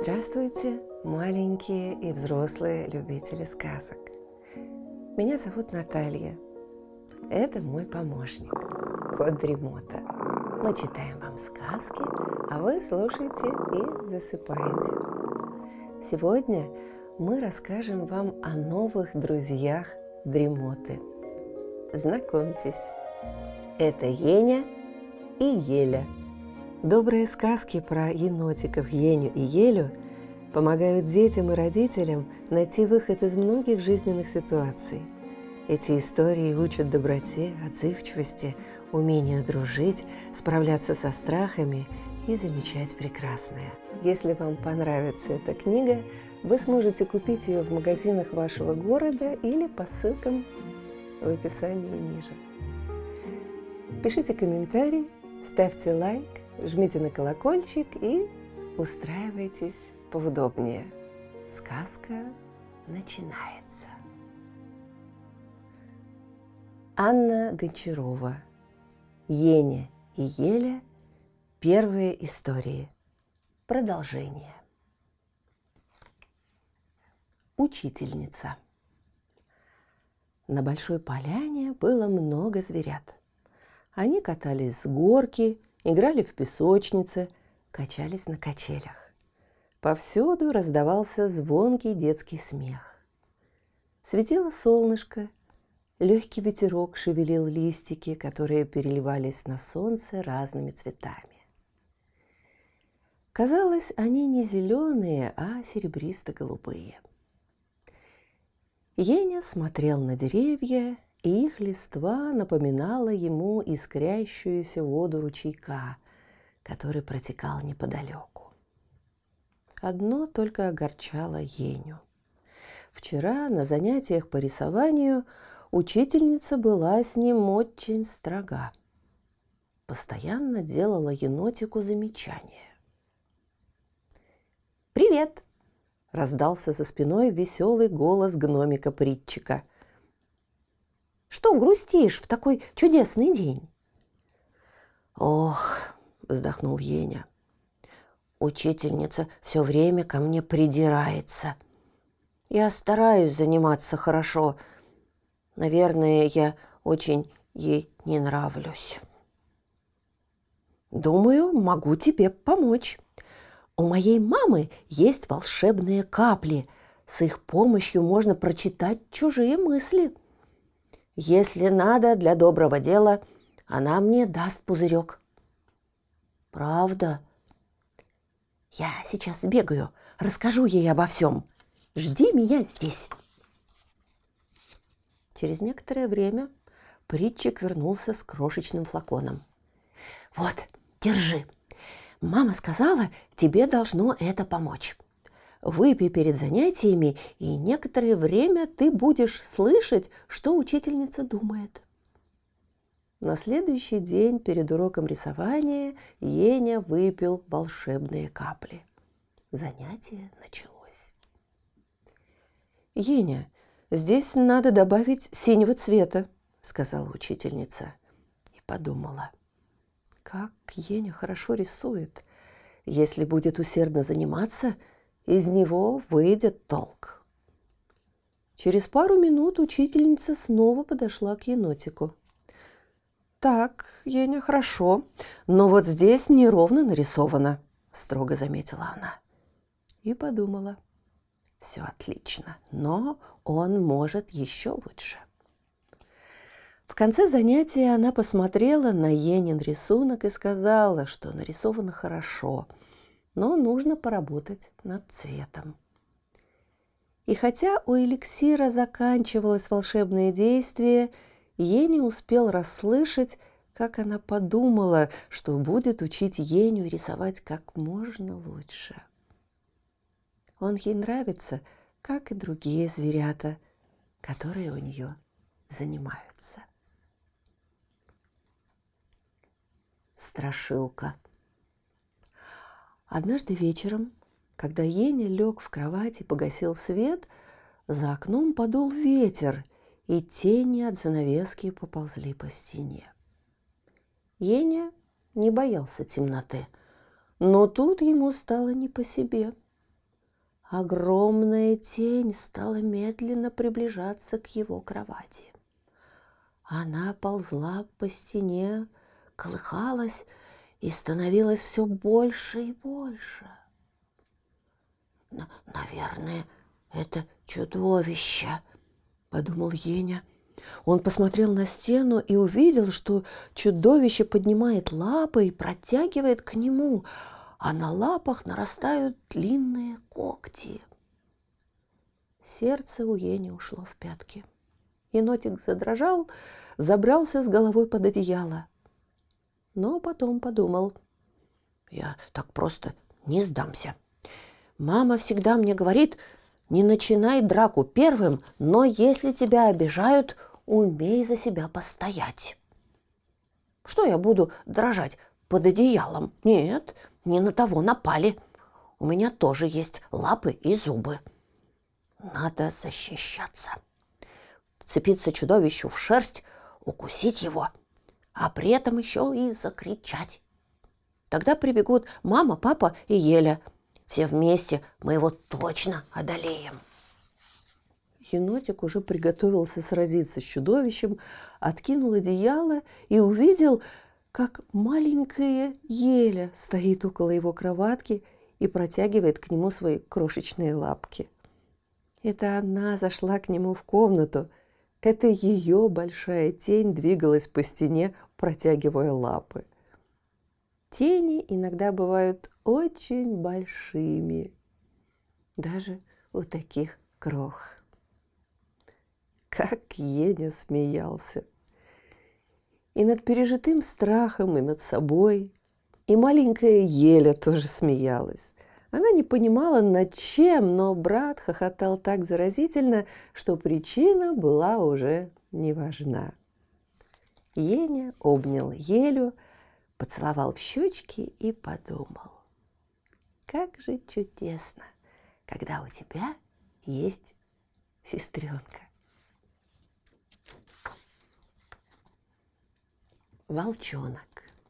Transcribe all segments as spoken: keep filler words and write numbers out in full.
Здравствуйте, маленькие и взрослые любители сказок. Меня зовут Наталья. Это мой помощник, кот Дремота. Мы читаем вам сказки, а вы слушаете и засыпаете. Сегодня мы расскажем вам о новых друзьях Дремоты. Знакомьтесь, это Еня и Еля. Добрые сказки про енотиков Еню и Елю помогают детям и родителям найти выход из многих жизненных ситуаций. Эти истории учат доброте, отзывчивости, умению дружить, справляться со страхами и замечать прекрасное. Если вам понравится эта книга, вы сможете купить ее в магазинах вашего города или по ссылкам в описании ниже. Пишите комментарий, ставьте лайк, жмите на колокольчик и устраивайтесь поудобнее. Сказка начинается. Анна Гончарова. Еня и Еля. Первые истории. Продолжение. Учительница. На большой поляне было много зверят. Они катались с горки, играли в песочнице, качались на качелях. Повсюду раздавался звонкий детский смех. Светило солнышко, легкий ветерок шевелил листики, которые переливались на солнце разными цветами. Казалось, они не зеленые, а серебристо-голубые. Еня смотрел на деревья, и их листва напоминала ему искрящуюся воду ручейка, который протекал неподалеку. Одно только огорчало Еню. Вчера на занятиях по рисованию учительница была с ним очень строга. Постоянно делала енотику замечания. «Привет!» – раздался за спиной веселый голос гномика-притчика. «Что грустишь в такой чудесный день?» «Ох!» – вздохнул Еня. «Учительница все время ко мне придирается. Я стараюсь заниматься хорошо. Наверное, я очень ей не нравлюсь. Думаю, могу тебе помочь. У моей мамы есть волшебные капли. С их помощью можно прочитать чужие мысли. Если надо для доброго дела, она мне даст пузырек». «Правда?» «Я сейчас сбегаю, расскажу ей обо всем. Жди меня здесь». Через некоторое время притчик вернулся с крошечным флаконом. «Вот, держи. Мама сказала, тебе должно это помочь. Выпей перед занятиями, и некоторое время ты будешь слышать, что учительница думает». На следующий день перед уроком рисования Еня выпил волшебные капли. Занятие началось. «Еня, здесь надо добавить синего цвета», – сказала учительница. И подумала, как Еня хорошо рисует. Если будет усердно заниматься, из него выйдет толк. Через пару минут учительница снова подошла к енотику. «Так, Еня, хорошо, но вот здесь неровно нарисовано», – строго заметила она. И подумала, все отлично, но он может еще лучше. В конце занятия она посмотрела на Енин рисунок и сказала, что нарисовано хорошо, но нужно поработать над цветом. И хотя у эликсира заканчивалось волшебное действие, Еня успел расслышать, как она подумала, что будет учить Еню рисовать как можно лучше. Он ей нравится, как и другие зверята, которые у нее занимаются. Страшилка. Однажды вечером, когда Еня лег в кровать и погасил свет, за окном подул ветер, и тени от занавески поползли по стене. Еня не боялся темноты, но тут ему стало не по себе. огромная тень стала медленно приближаться к его кровати. Она ползла по стене, колыхалась и становилась все больше и больше. «Наверное, это чудовище», — подумал Еня. Он посмотрел на стену и увидел, что чудовище поднимает лапы и протягивает к нему, а на лапах нарастают длинные когти. Сердце у Ени ушло в пятки. Енотик задрожал, забрался с головой под одеяло. Но потом подумал: «Я так просто не сдамся. Мама всегда мне говорит: не начинай драку первым, но если тебя обижают, умей за себя постоять. Что я буду дрожать под одеялом? Нет, не на того напали. У меня тоже есть лапы и зубы. Надо защищаться. Вцепиться чудовищу в шерсть, укусить его, а при этом еще и закричать. Тогда прибегут мама, папа и Еля. Все вместе мы его точно одолеем». Енотик уже приготовился сразиться с чудовищем, откинул одеяло и увидел, как маленькая Еля стоит около его кроватки и протягивает к нему свои крошечные лапки. Это она зашла к нему в комнату. Это ее большая тень двигалась по стене, протягивая лапы. Тени иногда бывают очень большими, даже у таких крох. Как Еня смеялся. И над пережитым страхом, и над собой. И маленькая Еля тоже смеялась. Она не понимала, над чем, но брат хохотал так заразительно, что причина была уже не важна. Еня обнял Елю, поцеловал в щечки и подумал: как же чудесно, когда у тебя есть сестренка. Волчонок.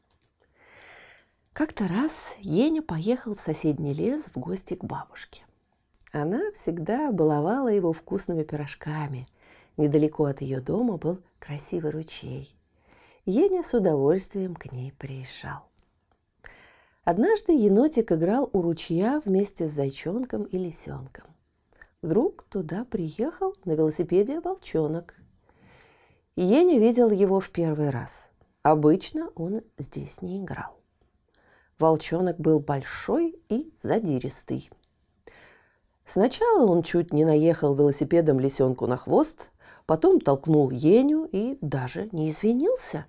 Как-то раз Еня поехал в соседний лес в гости к бабушке. Она всегда баловала его вкусными пирожками. Недалеко от ее дома был красивый ручей. Еня с удовольствием к ней приезжал. Однажды енотик играл у ручья вместе с зайчонком и лисенком. Вдруг туда приехал на велосипеде волчонок. Еня видел его в первый раз. Обычно он здесь не играл. Волчонок был большой и задиристый. Сначала он чуть не наехал велосипедом лисенку на хвост, потом толкнул Еню и даже не извинился.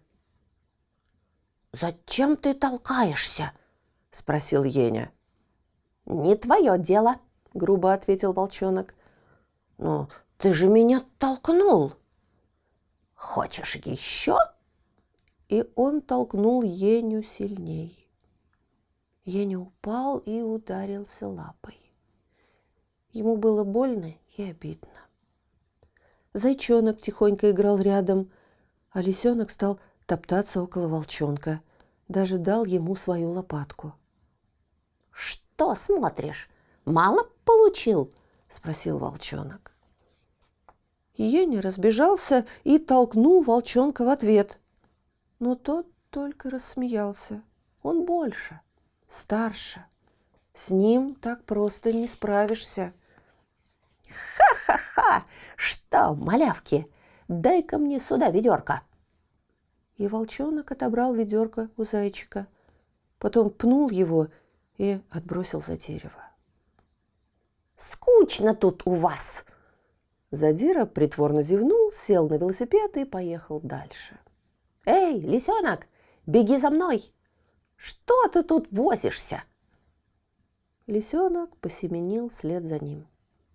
«Зачем ты толкаешься?» – спросил Еня. «Не твое дело», – грубо ответил волчонок. «Но ты же меня толкнул». «Хочешь еще?» И он толкнул Еню сильней. Еня упал и ударился лапой. Ему было больно и обидно. Зайчонок тихонько играл рядом, а лисенок стал топтаться около волчонка, даже дал ему свою лопатку. «Что смотришь? Мало получил?» – спросил волчонок. Еня разбежался и толкнул волчонка в ответ. Но тот только рассмеялся. Он больше, старше. С ним так просто не справишься. «Ха-ха-ха! Что, малявки, дай-ка мне сюда ведерко!» И волчонок отобрал ведерко у зайчика, потом пнул его и отбросил за дерево. «Скучно тут у вас!» Задира притворно зевнул, сел на велосипед и поехал дальше. «Эй, лисенок, беги за мной! Что ты тут возишься?» Лисенок посеменил вслед за ним.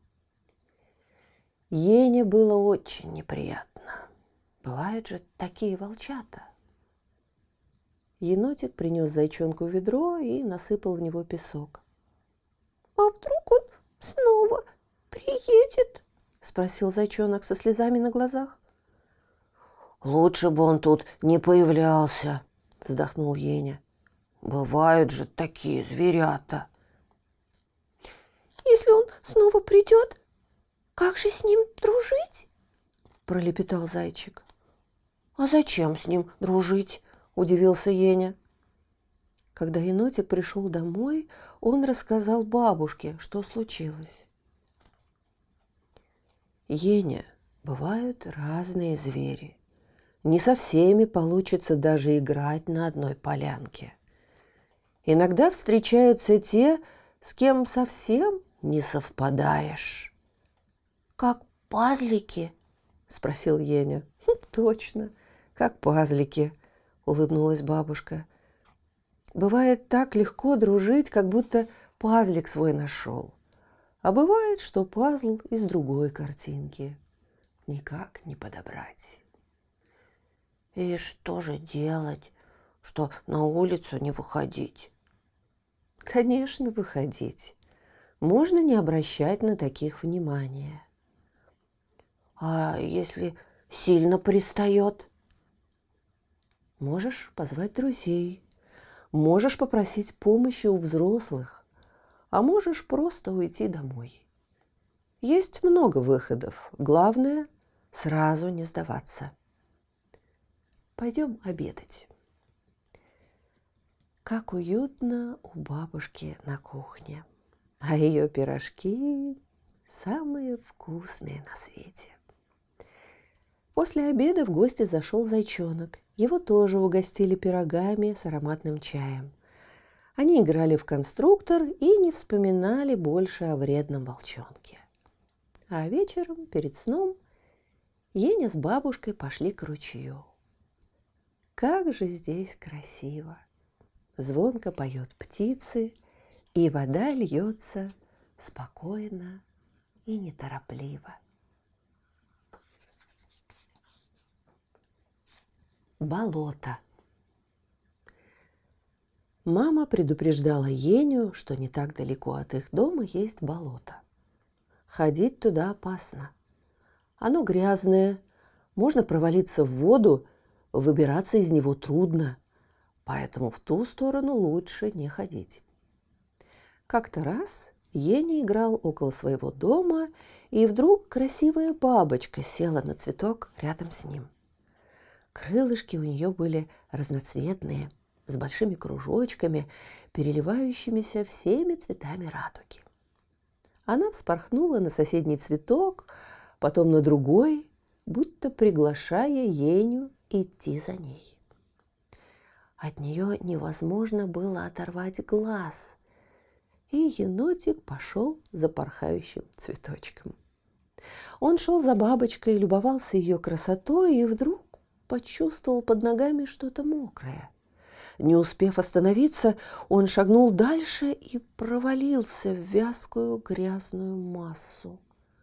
Ене было очень неприятно. Бывают же такие волчата. Енотик принес зайчонку ведро и насыпал в него песок. «А вдруг он снова приедет?» – спросил зайчонок со слезами на глазах. «Лучше бы он тут не появлялся», – вздохнул Еня. «Бывают же такие зверята». если он снова придет, как же с ним дружить?» – пролепетал зайчик. «А зачем с ним дружить?» – удивился Еня. Когда енотик пришел домой, он рассказал бабушке, что случилось. «Еня, бывают разные звери. Не со всеми получится даже играть на одной полянке. Иногда встречаются те, с кем совсем не совпадаешь». «Как пазлики?» – спросил Еня. «Хм, точно, как пазлики», – улыбнулась бабушка. «Бывает так легко дружить, как будто пазлик свой нашел. А бывает, что пазл из другой картинки. Никак не подобрать». «И что же делать, что на улицу не выходить?» «Конечно, выходить. Можно не обращать на таких внимания». «А если сильно пристает?» «Можешь позвать друзей, можешь попросить помощи у взрослых, а можешь просто уйти домой. Есть много выходов. Главное – сразу не сдаваться. Пойдем обедать». Как уютно у бабушки на кухне, а ее пирожки самые вкусные на свете. После обеда в гости зашел зайчонок. Его тоже угостили пирогами с ароматным чаем. Они играли в конструктор и не вспоминали больше о вредном волчонке. А вечером, перед сном, Еня с бабушкой пошли к ручью. Как же здесь красиво! Звонко поют птицы, и вода льется спокойно и неторопливо. Болото. Мама предупреждала Еню, что не так далеко от их дома есть болото. Ходить туда опасно. Оно грязное, можно провалиться в воду, выбираться из него трудно, поэтому в ту сторону лучше не ходить. Как-то раз Еня играл около своего дома, и вдруг красивая бабочка села на цветок рядом с ним. Крылышки у нее были разноцветные, с большими кружочками, переливающимися всеми цветами радуги. Она вспорхнула на соседний цветок, потом на другой, будто приглашая Еню идти за ней. От нее невозможно было оторвать глаз, и енотик пошел за порхающим цветочком. Он шел за бабочкой, любовался ее красотой и вдруг почувствовал под ногами что-то мокрое. Не успев остановиться, он шагнул дальше и провалился в вязкую грязную массу.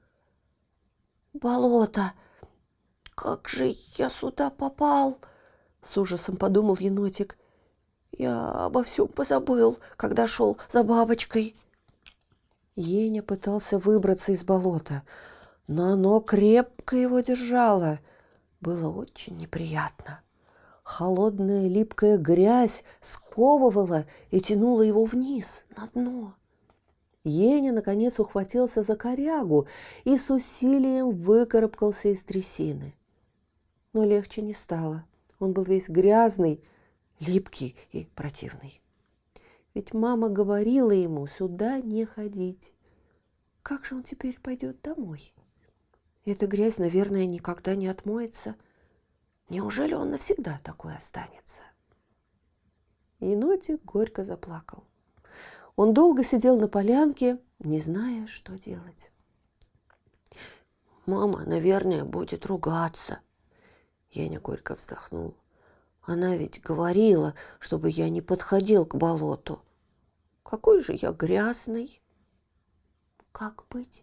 «Болото! Как же я сюда попал?» – с ужасом подумал енотик. «Я обо всем позабыл, когда шел за бабочкой». Еня пытался выбраться из болота, но оно крепко его держало. Было очень неприятно. Холодная липкая грязь сковывала и тянула его вниз, на дно. Еня, наконец, ухватился за корягу и с усилием выкарабкался из трясины. Но легче не стало. Он был весь грязный, липкий и противный. Ведь мама говорила ему сюда не ходить. Как же он теперь пойдет домой? Эта грязь, наверное, никогда не отмоется. Неужели он навсегда такой останется? Енотик горько заплакал. Он долго сидел на полянке, не зная, что делать. «Мама, наверное, будет ругаться». Еня горько вздохнул. «Она ведь говорила, чтобы я не подходил к болоту. Какой же я грязный. Как быть?»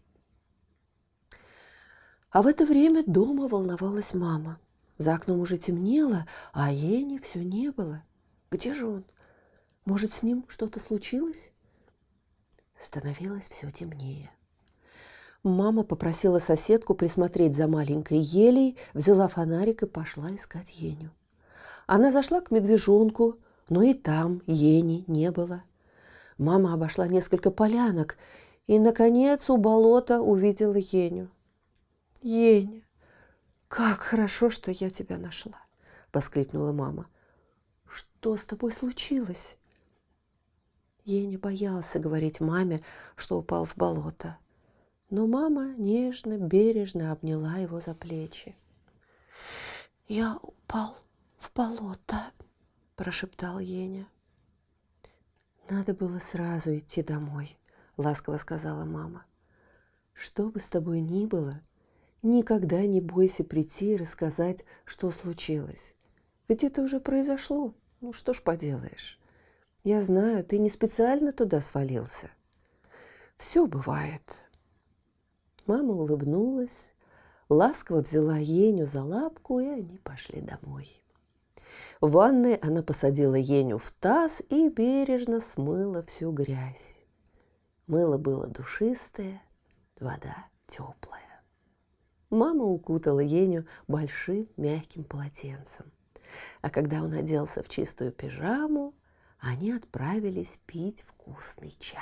А в это время дома волновалась мама. За окном уже темнело, а Ени все не было. Где же он? Может, с ним что-то случилось? Становилось все темнее. Мама попросила соседку присмотреть за маленькой елей, взяла фонарик и пошла искать Еню. Она зашла к медвежонку, но и там Ени не было. Мама обошла несколько полянок и, наконец, у болота увидела Еню. «Еня, как хорошо, что я тебя нашла!» – воскликнула мама. «Что с тобой случилось?» Еня боялся говорить маме, что упал в болото. Но мама нежно, бережно обняла его за плечи. «Я упал в болото», – прошептал Еня. «Надо было сразу идти домой», – ласково сказала мама. «Что бы с тобой ни было, никогда не бойся прийти и рассказать, что случилось. Ведь это уже произошло. Ну что ж поделаешь. Я знаю, ты не специально туда свалился. Все бывает». Мама улыбнулась, ласково взяла Еню за лапку, и они пошли домой. В ванной она посадила Еню в таз и бережно смыла всю грязь. Мыло было душистое, вода теплая. Мама укутала Еню большим мягким полотенцем. А когда он оделся в чистую пижаму, они отправились пить вкусный чай.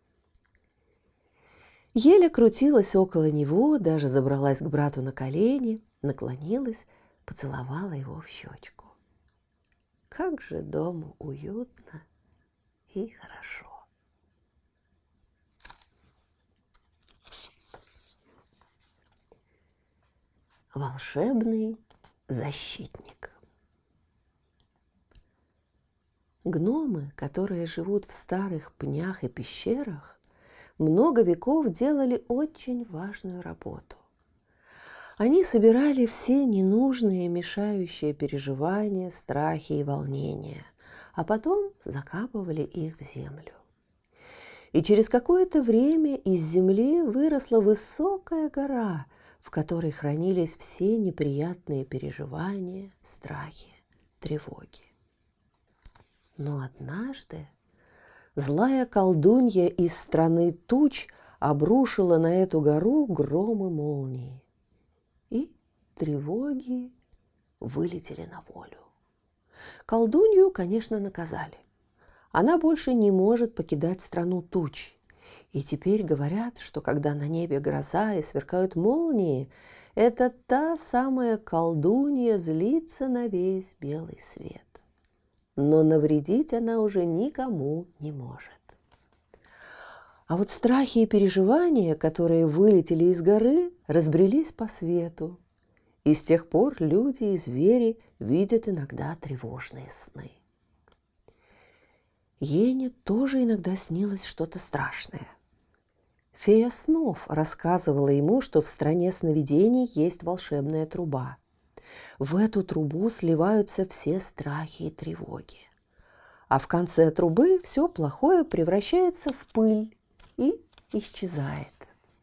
Еля крутилась около него, даже забралась к брату на колени, наклонилась, поцеловала его в щечку. Как же дома уютно и хорошо. Волшебный защитник. Гномы, которые живут в старых пнях и пещерах, много веков делали очень важную работу. Они собирали все ненужные, мешающие переживания, страхи и волнения, а потом закапывали их в землю. И через какое-то время из земли выросла высокая гора, в которой хранились все неприятные переживания, страхи, тревоги. Но однажды злая колдунья из страны туч обрушила на эту гору гром и молнии, и тревоги вылетели на волю. Колдунью, конечно, наказали. Она больше не может покидать страну туч. И теперь говорят, что когда на небе гроза и сверкают молнии, это та самая колдунья злится на весь белый свет. Но навредить она уже никому не может. А вот страхи и переживания, которые вылетели из горы, разбрелись по свету. И с тех пор люди и звери видят иногда тревожные сны. Ене тоже иногда снилось что-то страшное. Фея снов рассказывала ему, что в стране сновидений есть волшебная труба. В эту трубу сливаются все страхи и тревоги. А в конце трубы все плохое превращается в пыль и исчезает.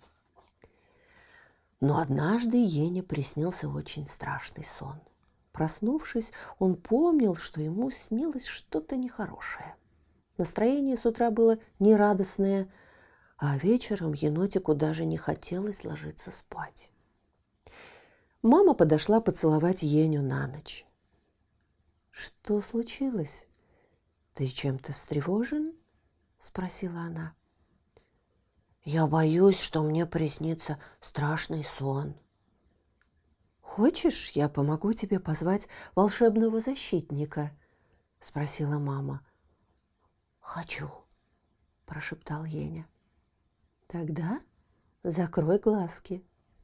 Но однажды Ене приснился очень страшный сон. Проснувшись, он помнил, что ему снилось что-то нехорошее. Настроение с утра было нерадостное, а вечером енотику даже не хотелось ложиться спать. Мама подошла поцеловать Еню на ночь. «Что случилось? Ты чем-то встревожен?» – спросила она. «Я боюсь, что мне приснится страшный сон». «Хочешь, я помогу тебе позвать волшебного защитника?» – спросила мама. «Хочу», – прошептал Еня. «Тогда закрой глазки».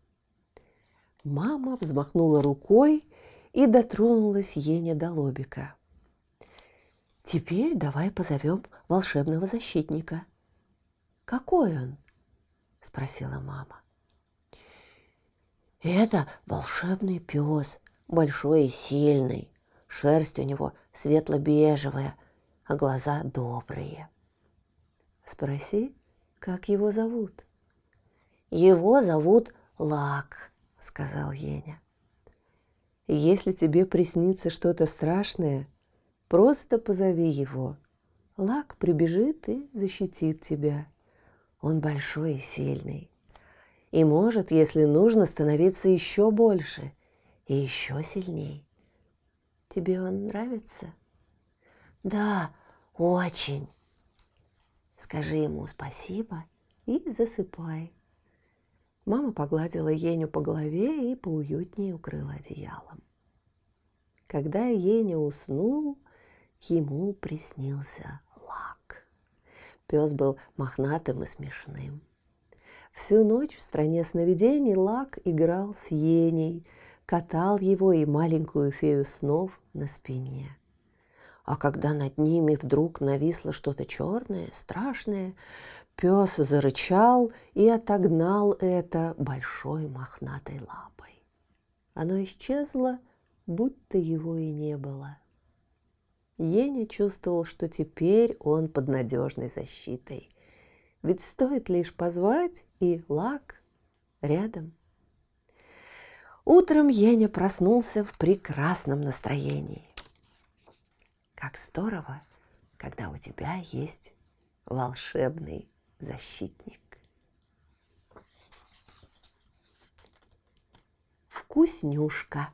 Мама взмахнула рукой и дотронулась Ене до лобика. «Теперь давай позовем волшебного защитника». «Какой он?» – спросила мама. «Это волшебный пес, большой и сильный. Шерсть у него светло-бежевая, а глаза добрые». «Спроси, как его зовут?» «Его зовут Лак», — сказал Еня. «Если тебе приснится что-то страшное, просто позови его. Лак прибежит и защитит тебя. Он большой и сильный. И может, если нужно, становиться еще больше и еще сильней. Тебе он нравится?» «Да, очень». «Скажи ему спасибо и засыпай». Мама погладила Еню по голове и поуютнее укрыла одеялом. Когда Еня уснул, ему приснился Лак. Пес был мохнатым и смешным. Всю ночь в стране сновидений Лак играл с Еней, катал его и маленькую фею снов на спине. А когда над ними вдруг нависло что-то черное, страшное, пес зарычал и отогнал это большой мохнатой лапой. Оно исчезло, будто его и не было. Еня чувствовал, что теперь он под надежной защитой. Ведь стоит лишь позвать, и Лак рядом. Утром Еня проснулся в прекрасном настроении. Как здорово, когда у тебя есть волшебный защитник. Вкуснюшка.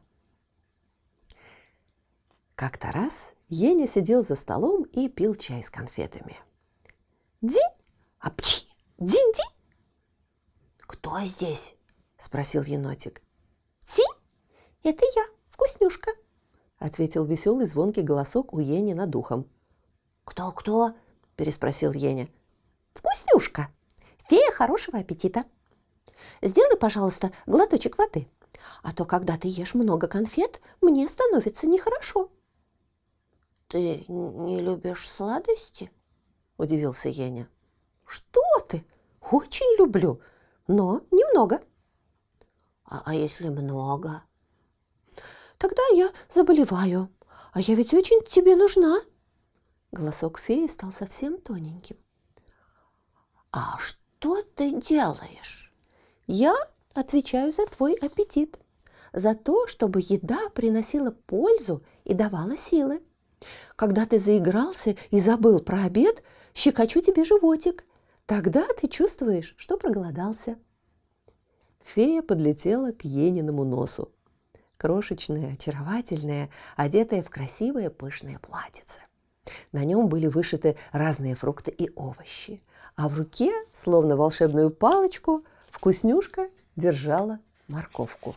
Как-то раз Еня сидел за столом и пил чай с конфетами. «Динь! Апчи! Динь-динь!» «Кто здесь?» – спросил енотик. «Динь! Это я, Вкуснюшка!» – ответил веселый звонкий голосок у Ени над ухом. «Кто-кто?» – переспросил Еня. «Вкуснюшка! Фея хорошего аппетита! Сделай, пожалуйста, глоточек воды, а то, когда ты ешь много конфет, мне становится нехорошо». «Ты не любишь сладости?» – удивился Еня. «Что ты? Очень люблю, но немного». «А, а если много?» «Тогда я заболеваю, а я ведь очень тебе нужна». Голосок феи стал совсем тоненьким. «А что ты делаешь?» «Я отвечаю за твой аппетит, за то, чтобы еда приносила пользу и давала силы. Когда ты заигрался и забыл про обед, щекочу тебе животик. Тогда ты чувствуешь, что проголодался». Фея подлетела к Ениному носу. Крошечная, очаровательная, одетая в красивое пышное платьице. На нем были вышиты разные фрукты и овощи, а в руке, словно волшебную палочку, Вкуснюшка держала морковку.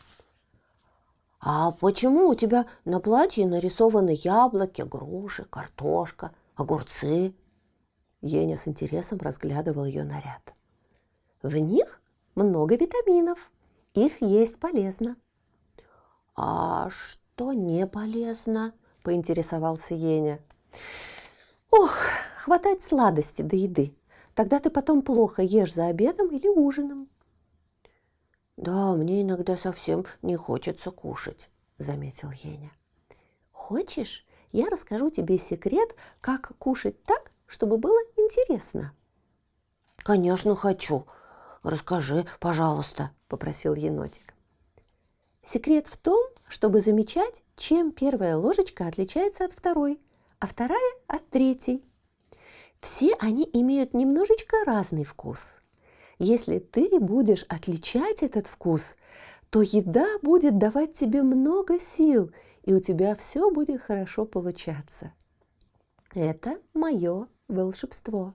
«А почему у тебя на платье нарисованы яблоки, груши, картошка, огурцы?» Еня с интересом разглядывал ее наряд. «В них много витаминов, их есть полезно». «А что не полезно?» – поинтересовался Еня. «Ох, хватать сладости до еды, тогда ты потом плохо ешь за обедом или ужином». «Да, мне иногда совсем не хочется кушать», – заметил Еня. «Хочешь, я расскажу тебе секрет, как кушать так, чтобы было интересно?» «Конечно, хочу. Расскажи, пожалуйста», – попросил енотик. Секрет в том, чтобы замечать, чем первая ложечка отличается от второй, а вторая от третьей. Все они имеют немножечко разный вкус. Если ты будешь отличать этот вкус, то еда будет давать тебе много сил, и у тебя все будет хорошо получаться. Это мое волшебство.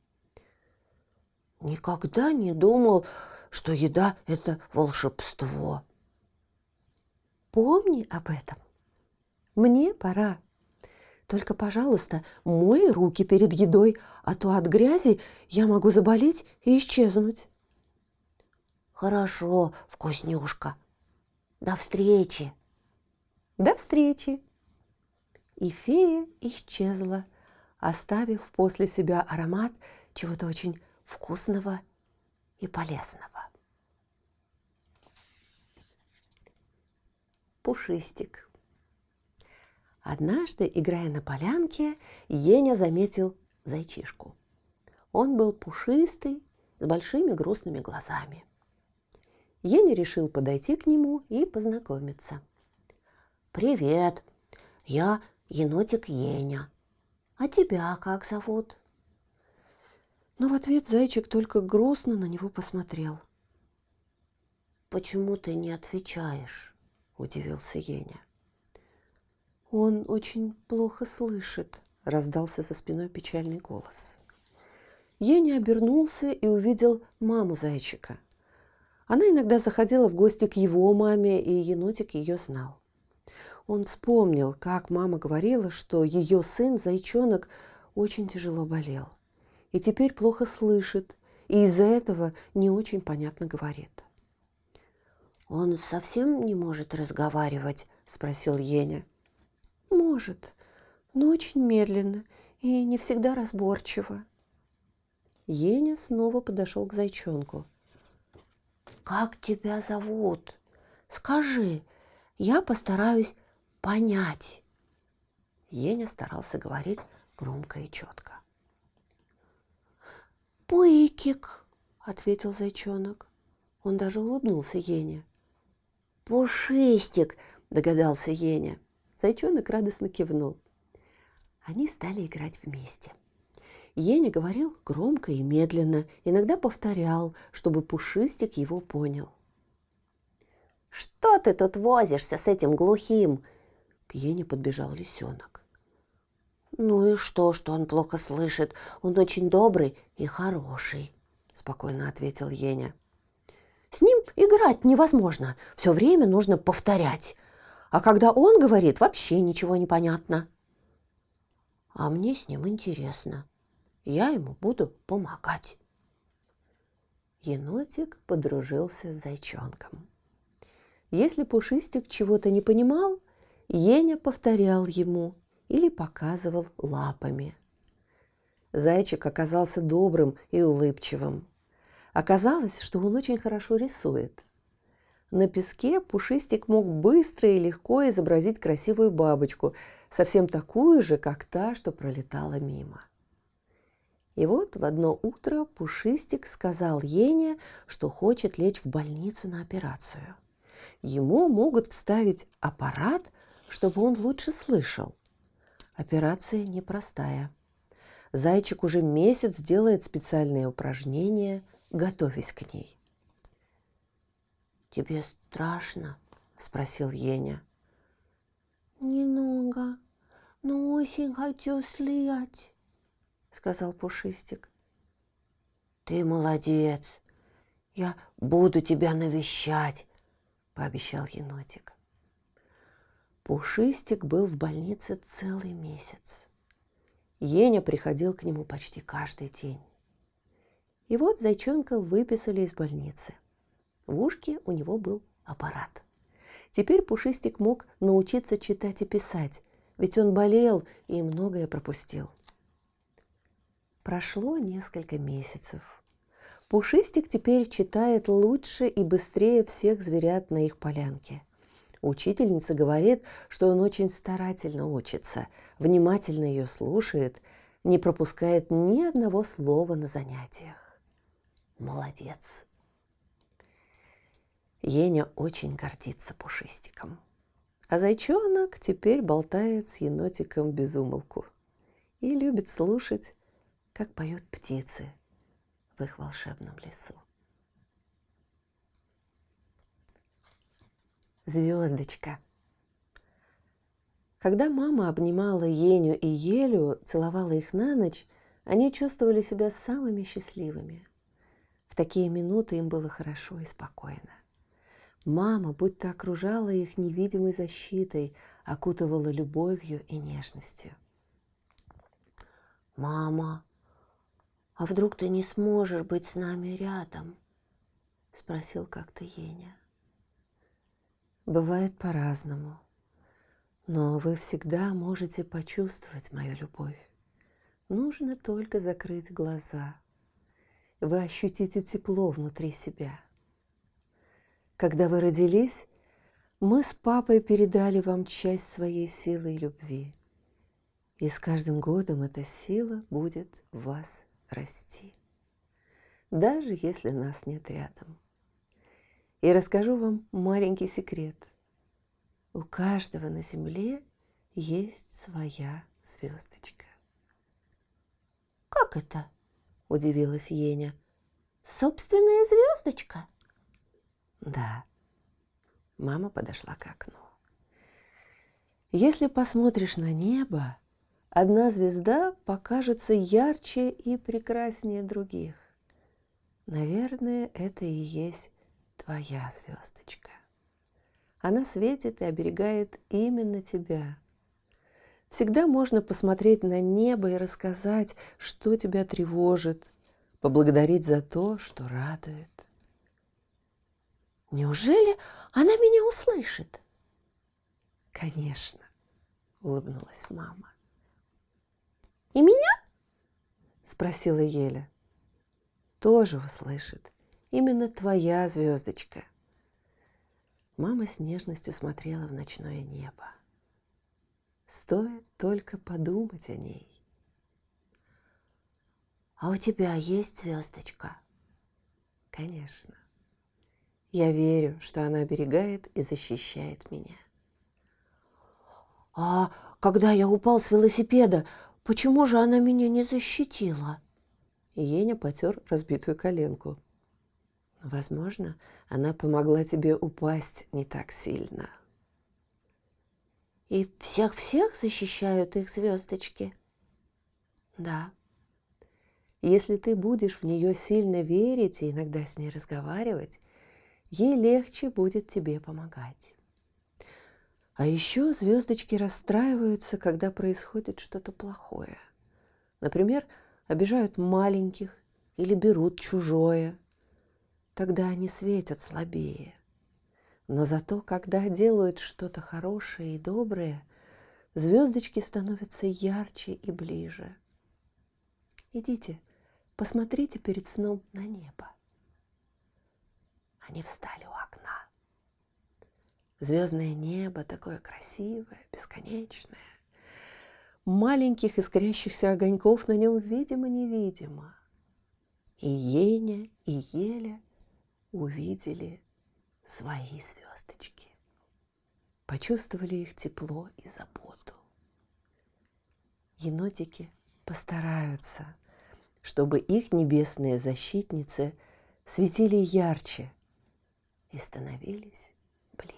Никогда не думал, что еда – это волшебство. Помни об этом. Мне пора. Только, пожалуйста, мой руки перед едой, а то от грязи я могу заболеть и исчезнуть. Хорошо, Вкуснюшка. До встречи. До встречи. И фея исчезла, оставив после себя аромат чего-то очень вкусного и полезного. Пушистик. Однажды, играя на полянке, Еня заметил зайчишку. Он был пушистый, с большими грустными глазами. Еня решил подойти к нему и познакомиться. «Привет, я енотик Еня. А тебя как зовут?» Но в ответ зайчик только грустно на него посмотрел. «Почему ты не отвечаешь?» – удивился Еня. «Он очень плохо слышит», – раздался за спиной печальный голос. Еня обернулся и увидел маму зайчика. Она иногда заходила в гости к его маме, и енотик ее знал. Он вспомнил, как мама говорила, что ее сын, зайчонок, очень тяжело болел. И теперь плохо слышит, и из-за этого не очень понятно говорит. «Он совсем не может разговаривать?» – спросил Еня. «Может, но очень медленно и не всегда разборчиво». Еня снова подошел к зайчонку. «Как тебя зовут? Скажи, я постараюсь понять». Еня старался говорить громко и четко. «Пыкик», — ответил зайчонок. Он даже улыбнулся Ене. «Пушистик», — догадался Еня. Зайчонок радостно кивнул. Они стали играть вместе. Еня говорил громко и медленно, иногда повторял, чтобы Пушистик его понял. «Что ты тут возишься с этим глухим?» К Ене подбежал лисенок. «Ну и что, что он плохо слышит? Он очень добрый и хороший», – спокойно ответил Еня. «С ним играть невозможно, все время нужно повторять. А когда он говорит, вообще ничего не понятно». «А мне с ним интересно. Я ему буду помогать». Енотик подружился с зайчонком. Если Пушистик чего-то не понимал, Еня повторял ему или показывал лапами. Зайчик оказался добрым и улыбчивым. Оказалось, что он очень хорошо рисует. На песке Пушистик мог быстро и легко изобразить красивую бабочку, совсем такую же, как та, что пролетала мимо. И вот в одно утро Пушистик сказал Ене, что хочет лечь в больницу на операцию. Ему могут вставить аппарат, чтобы он лучше слышал. Операция непростая. Зайчик уже месяц делает специальные упражнения, готовясь к ней. «Тебе страшно?» – спросил Еня. «Немного, но очень хочу слетать», – сказал Пушистик. «Ты молодец, я буду тебя навещать», – пообещал енотик. Пушистик был в больнице целый месяц. Еня приходил к нему почти каждый день. И вот зайчонка выписали из больницы. В ушке у него был аппарат. Теперь Пушистик мог научиться читать и писать, ведь он болел и многое пропустил. Прошло несколько месяцев. Пушистик теперь читает лучше и быстрее всех зверят на их полянке. Учительница говорит, что он очень старательно учится, внимательно ее слушает, не пропускает ни одного слова на занятиях. Молодец! Еня очень гордится Пушистиком. А зайчонок теперь болтает с енотиком без умолку и любит слушать, как поют птицы в их волшебном лесу. Звездочка. Когда мама обнимала Еню и Елю, целовала их на ночь, они чувствовали себя самыми счастливыми. В такие минуты им было хорошо и спокойно. Мама будто окружала их невидимой защитой, окутывала любовью и нежностью. «Мама, а вдруг ты не сможешь быть с нами рядом?» – спросил как-то Еня. «Бывает по-разному, но вы всегда можете почувствовать мою любовь. Нужно только закрыть глаза. Вы ощутите тепло внутри себя. Когда вы родились, мы с папой передали вам часть своей силы и любви. И с каждым годом эта сила будет в вас расти, даже если нас нет рядом. И расскажу вам маленький секрет. У каждого на земле есть своя звездочка». «Как это?» – удивилась Еня. «Собственная звездочка?» «Да». Мама подошла к окну. «Если посмотришь на небо, одна звезда покажется ярче и прекраснее других. Наверное, это и есть твоя звездочка. Она светит и оберегает именно тебя. Всегда можно посмотреть на небо и рассказать, что тебя тревожит, поблагодарить за то, что радует. Неужели она меня услышит? Конечно, улыбнулась мама. И меня? Спросила Еля. Тоже услышит. Именно твоя звездочка. Мама с нежностью смотрела в ночное небо. Стоит только подумать о ней. А у тебя есть звездочка? Конечно. Я верю, что она оберегает и защищает меня. А когда я упал с велосипеда, почему же она меня не защитила? Еня потер разбитую коленку. Возможно, она помогла тебе упасть не так сильно. И всех-всех защищают их звездочки? Да. Если ты будешь в нее сильно верить и иногда с ней разговаривать, ей легче будет тебе помогать. А еще звездочки расстраиваются, когда происходит что-то плохое. Например, обижают маленьких или берут чужое. Тогда они светят слабее. Но зато, когда делают что-то хорошее и доброе, звездочки становятся ярче и ближе. Идите, посмотрите перед сном на небо. Они встали у окна. Звездное небо такое красивое, бесконечное. Маленьких искрящихся огоньков на нем видимо-невидимо. И Еня, и Еля увидели свои звездочки. Почувствовали их тепло и заботу. Енотики постараются, чтобы их небесные защитницы светили ярче и становились ближе.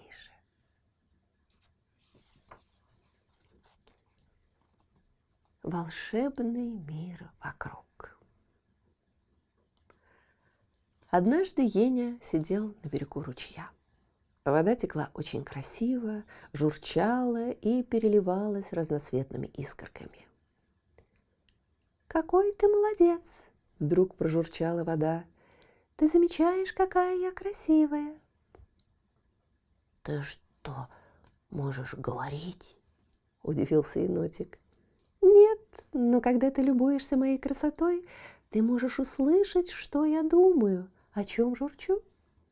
Волшебный мир вокруг. Однажды Еня сидел на берегу ручья. Вода текла очень красиво, журчала и переливалась разноцветными искорками. «Какой ты молодец!» – вдруг прожурчала вода. «Ты замечаешь, какая я красивая!» «Ты что, можешь говорить?» – удивился енотик. «Нет, но когда ты любуешься моей красотой, ты можешь услышать, что я думаю, о чем журчу».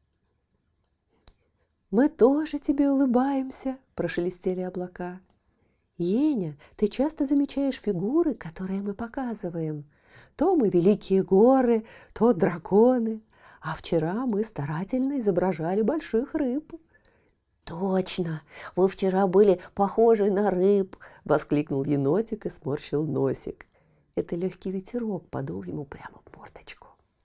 «Мы тоже тебе улыбаемся», – прошелестели облака. «Еня, ты часто замечаешь фигуры, которые мы показываем. То мы великие горы, то драконы, а вчера мы старательно изображали больших рыб». «Точно! Вы вчера были похожи на рыб!» – воскликнул енотик и сморщил носик. Это легкий ветерок подул ему прямо в мордочку.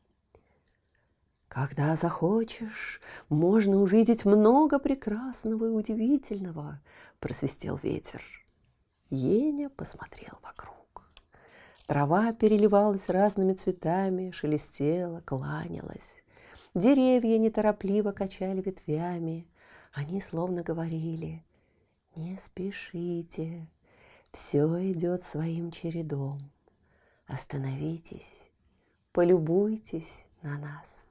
«Когда захочешь, можно увидеть много прекрасного и удивительного», – просвистел ветер. Еня посмотрел вокруг. Трава переливалась разными цветами, шелестела, кланялась. Деревья неторопливо качали ветвями. Они словно говорили: «Не спешите, все идет своим чередом. Остановитесь, полюбуйтесь на нас».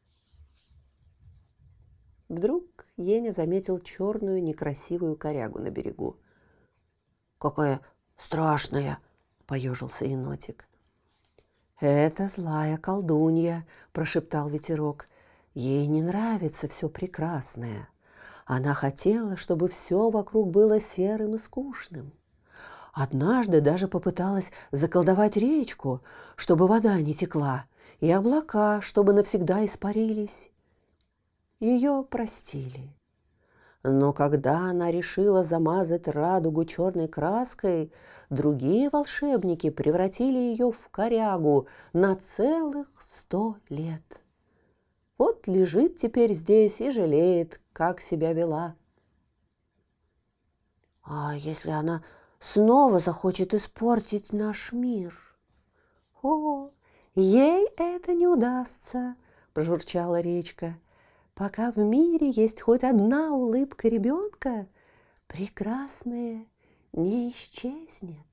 Вдруг Еня заметил черную некрасивую корягу на берегу. «Какая страшная!» – поежился енотик. «Это злая колдунья», – прошептал ветерок. «Ей не нравится все прекрасное. Она хотела, чтобы все вокруг было серым и скучным. Однажды даже попыталась заколдовать речку, чтобы вода не текла, и облака, чтобы навсегда испарились. Ее простили. Но когда она решила замазать радугу черной краской, другие волшебники превратили ее в корягу на целых сто лет. Вот лежит теперь здесь и жалеет, как себя вела». «А если она снова захочет испортить наш мир. «О, ей это не удастся!» – прожурчала речка. «Пока в мире есть хоть одна улыбка ребенка, прекрасное не исчезнет».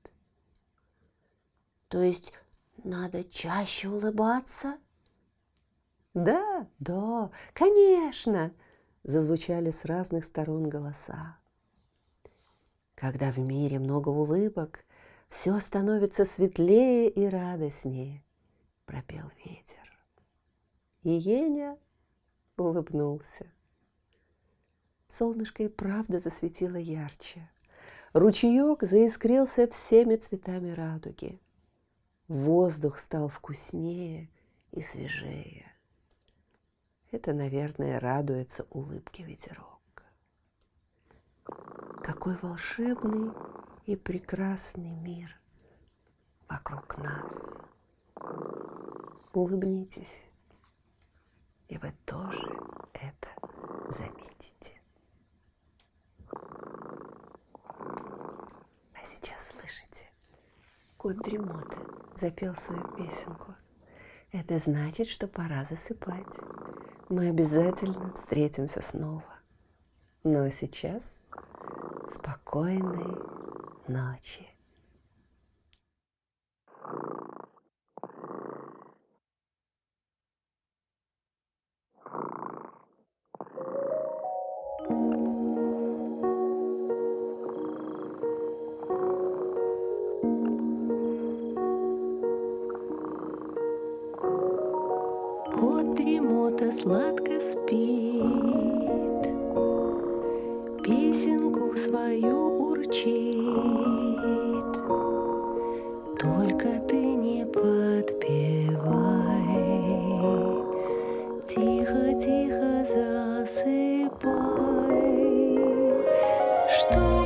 То есть надо чаще улыбаться? «Да, да, конечно!» – зазвучали с разных сторон голоса. «Когда в мире много улыбок, все становится светлее и радостнее», – пропел ветер. И Еня улыбнулся. Солнышко и правда засветило ярче. Ручеек заискрился всеми цветами радуги. Воздух стал вкуснее и свежее. Это, наверное, радуется улыбке ветерок. Какой волшебный и прекрасный мир вокруг нас. Улыбнитесь, и вы тоже это заметите. А сейчас слышите, кот Дремота запел свою песенку. Это значит, что пора засыпать. Мы обязательно встретимся снова. Ну а сейчас спокойной ночи. Кот Дремота сладко спит, песенку свою урчит. Только ты не подпевай, тихо-тихо засыпай, что